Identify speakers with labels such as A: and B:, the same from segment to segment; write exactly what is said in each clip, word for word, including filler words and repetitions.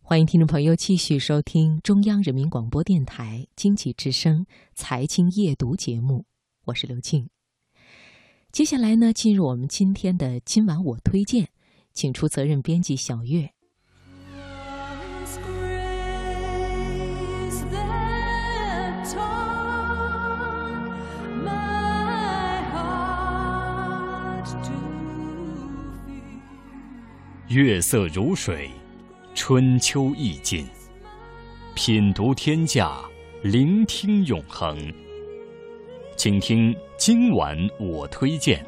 A: 欢迎听众朋友继续收听中央人民广播电台经济之声财经夜读节目，我是刘静。接下来呢，进入我们今天的今晚我推荐，请出责任编辑小月。
B: 月色如水，春秋意境，品读天下，聆听永恒。请听今晚我推荐。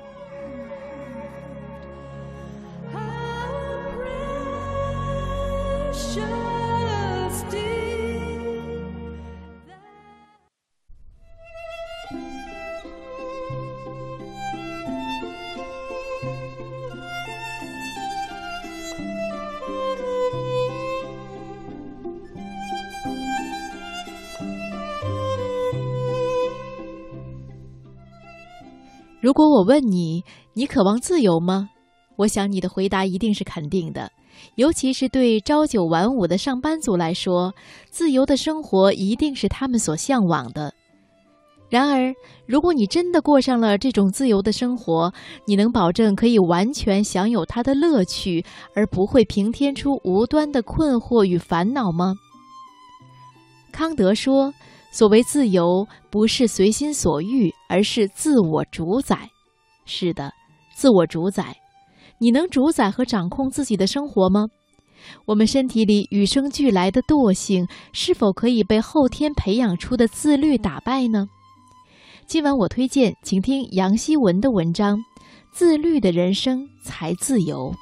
C: 如果我问你，你渴望自由吗？我想你的回答一定是肯定的，尤其是对朝九晚五的上班族来说，自由的生活一定是他们所向往的。然而，如果你真的过上了这种自由的生活，你能保证可以完全享有它的乐趣，而不会平添出无端的困惑与烦恼吗？康德说，所谓自由，不是随心所欲，而是自我主宰。是的，自我主宰。你能主宰和掌控自己的生活吗？我们身体里与生俱来的惰性，是否可以被后天培养出的自律打败呢？今晚我推荐，请听杨希文的文章《自律的人生才自由》。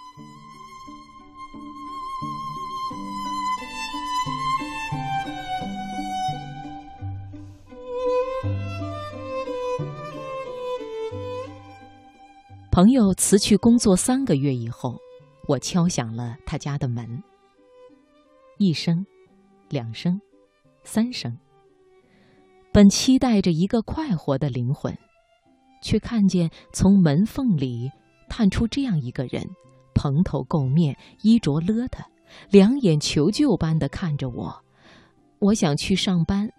A: 朋友辞去工作三个月以后，我敲响了他家的门。一声，两声，三声。本期待着一个快活的灵魂，却看见从门缝里探出这样一个人，蓬头垢面，衣着邋遢，两眼求救般地看着我。我想去上班。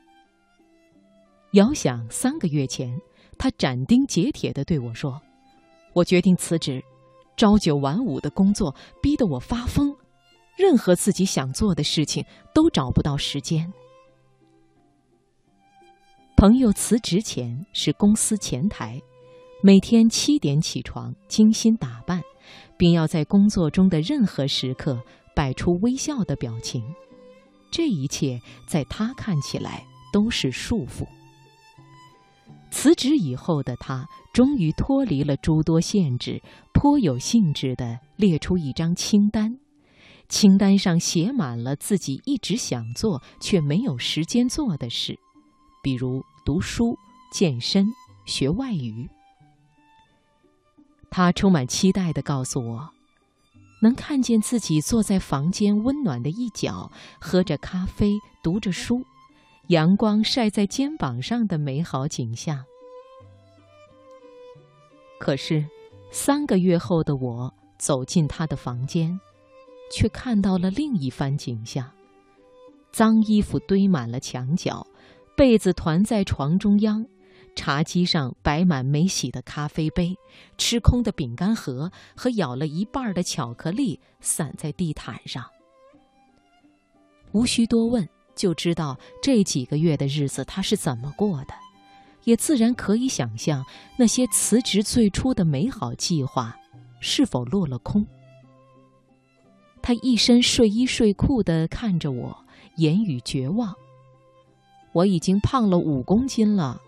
A: 遥想三个月前，他斩钉截铁地对我说，我决定辞职，朝九晚五的工作逼得我发疯，任何自己想做的事情都找不到时间。朋友辞职前是公司前台，每天七点起床，精心打扮，并要在工作中的任何时刻摆出微笑的表情。这一切在他看起来都是束缚。辞职以后的他终于脱离了诸多限制，颇有兴致地列出一张清单，清单上写满了自己一直想做却没有时间做的事，比如读书、健身、学外语。他充满期待地告诉我，能看见自己坐在房间温暖的一角，喝着咖啡，读着书，阳光晒在肩膀上的美好景象。可是三个月后的我走进他的房间，却看到了另一番景象。脏衣服堆满了墙角，被子团在床中央，茶几上摆满没洗的咖啡杯，吃空的饼干盒和咬了一半的巧克力散在地毯上。无需多问，就知道这几个月的日子他是怎么过的，也自然可以想象那些辞职最初的美好计划是否落了空。他一身睡衣睡裤地看着我，言语绝望。我已经胖了五公斤了。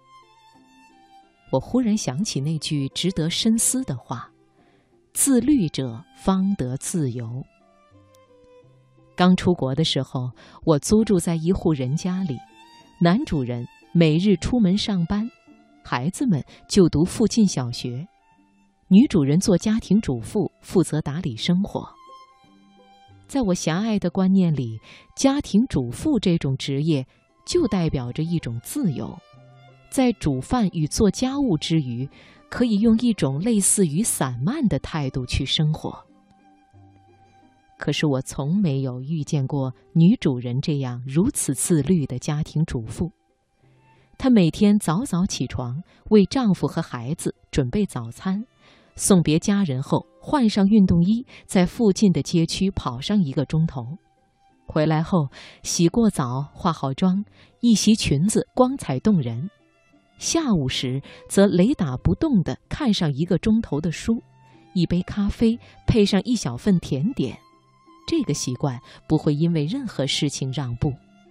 A: 我忽然想起那句值得深思的话，自律者方得自由。刚出国的时候，我租住在一户人家里，男主人每日出门上班，孩子们就读附近小学，女主人做家庭主妇，负责打理生活。在我狭隘的观念里，家庭主妇这种职业就代表着一种自由，在煮饭与做家务之余，可以用一种类似于散漫的态度去生活。 可是我从没有遇见过女主人这样如此自律的家庭主妇。她每天早早起床，为丈夫和孩子准备早餐，送别家人后换上运动衣，在附近的街区跑上一个钟头。回来后洗过澡，化好妆，一袭裙子光彩动人。下午时则雷打不动地看上一个钟头的书，一杯咖啡配上一小份甜点。这个习惯不会因为任何事情让步。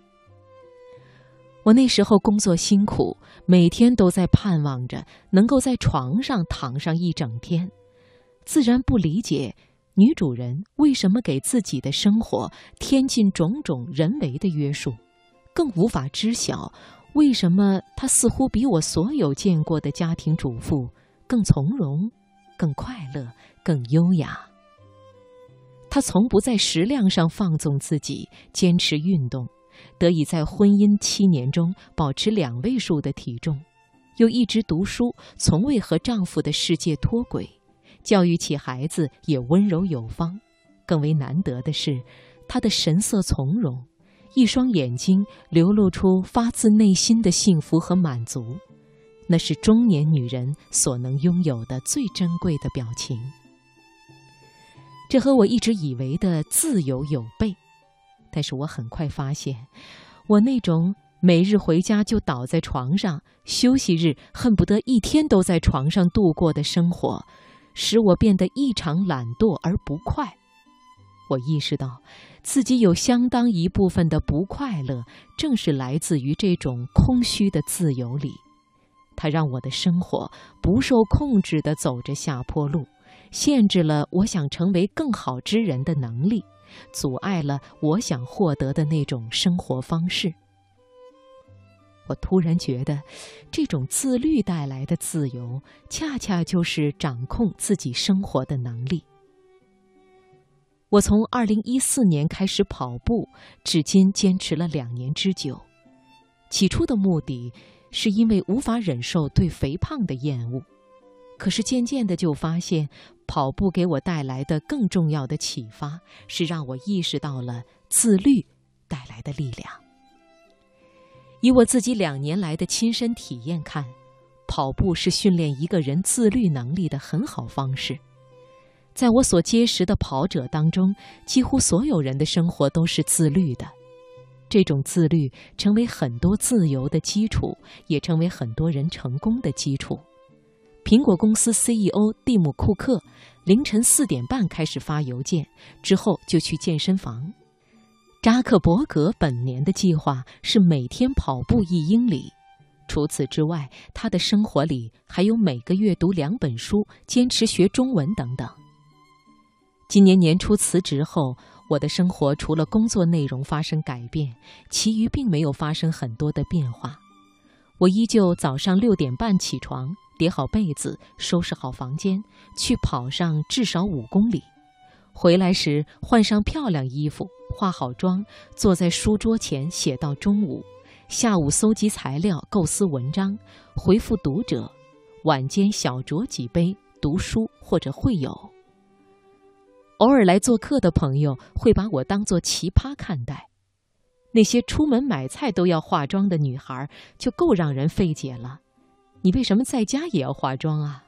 A: 我那时候工作辛苦，每天都在盼望着能够在床上躺上一整天，自然不理解女主人为什么给自己的生活添进种种人为的约束，更无法知晓为什么她似乎比我所有见过的家庭主妇更从容、更快乐、更优雅。她从不在食量上放纵自己，坚持运动，得以在婚姻七年中保持两位数的体重，又一直读书，从未和丈夫的世界脱轨，教育起孩子也温柔有方。更为难得的是，她的神色从容，一双眼睛流露出发自内心的幸福和满足，那是中年女人所能拥有的最珍贵的表情。这和我一直以为的自由有悖，但是我很快发现，我那种每日回家就倒在床上，休息日恨不得一天都在床上度过的生活，使我变得异常懒惰而不快。我意识到自己有相当一部分的不快乐，正是来自于这种空虚的自由里。它让我的生活不受控制地走着下坡路，限制了我想成为更好之人的能力，阻碍了我想获得的那种生活方式。我突然觉得，这种自律带来的自由，恰恰就是掌控自己生活的能力。我从二零一四年开始跑步，至今坚持了两年之久。起初的目的是因为无法忍受对肥胖的厌恶，可是渐渐的就发现，跑步给我带来的更重要的启发，是让我意识到了自律带来的力量。以我自己两年来的亲身体验看，跑步是训练一个人自律能力的很好方式。在我所结识的跑者当中，几乎所有人的生活都是自律的。这种自律成为很多自由的基础，也成为很多人成功的基础。苹果公司 C E O 蒂姆·库克凌晨四点半开始发邮件，之后就去健身房。扎克伯格本年的计划是每天跑步一英里。除此之外，他的生活里还有每个月读两本书，坚持学中文等等。今年年初辞职后，我的生活除了工作内容发生改变，其余并没有发生很多的变化。我依旧早上六点半起床，叠好被子，收拾好房间，去跑上至少五公里。回来时换上漂亮衣服，化好妆，坐在书桌前写到中午。下午搜集材料，构思文章，回复读者。晚间小酌几杯，读书或者会友。偶尔来做客的朋友会把我当作奇葩看待。那些出门买菜都要化妆的女孩就够让人费解了，你为什么在家也要化妆啊？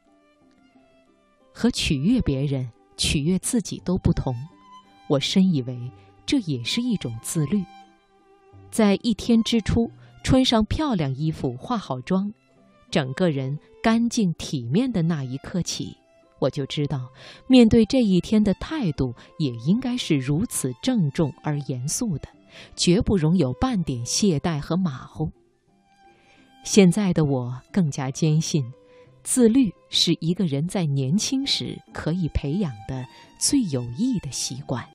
A: 和取悦别人、取悦自己都不同，我深以为这也是一种自律。在一天之初，穿上漂亮衣服，化好妆，整个人干净体面的那一刻起，我就知道，面对这一天的态度也应该是如此郑重而严肃的，绝不容有半点懈怠和马虎。现在的我更加坚信，自律是一个人在年轻时可以培养的最有益的习惯。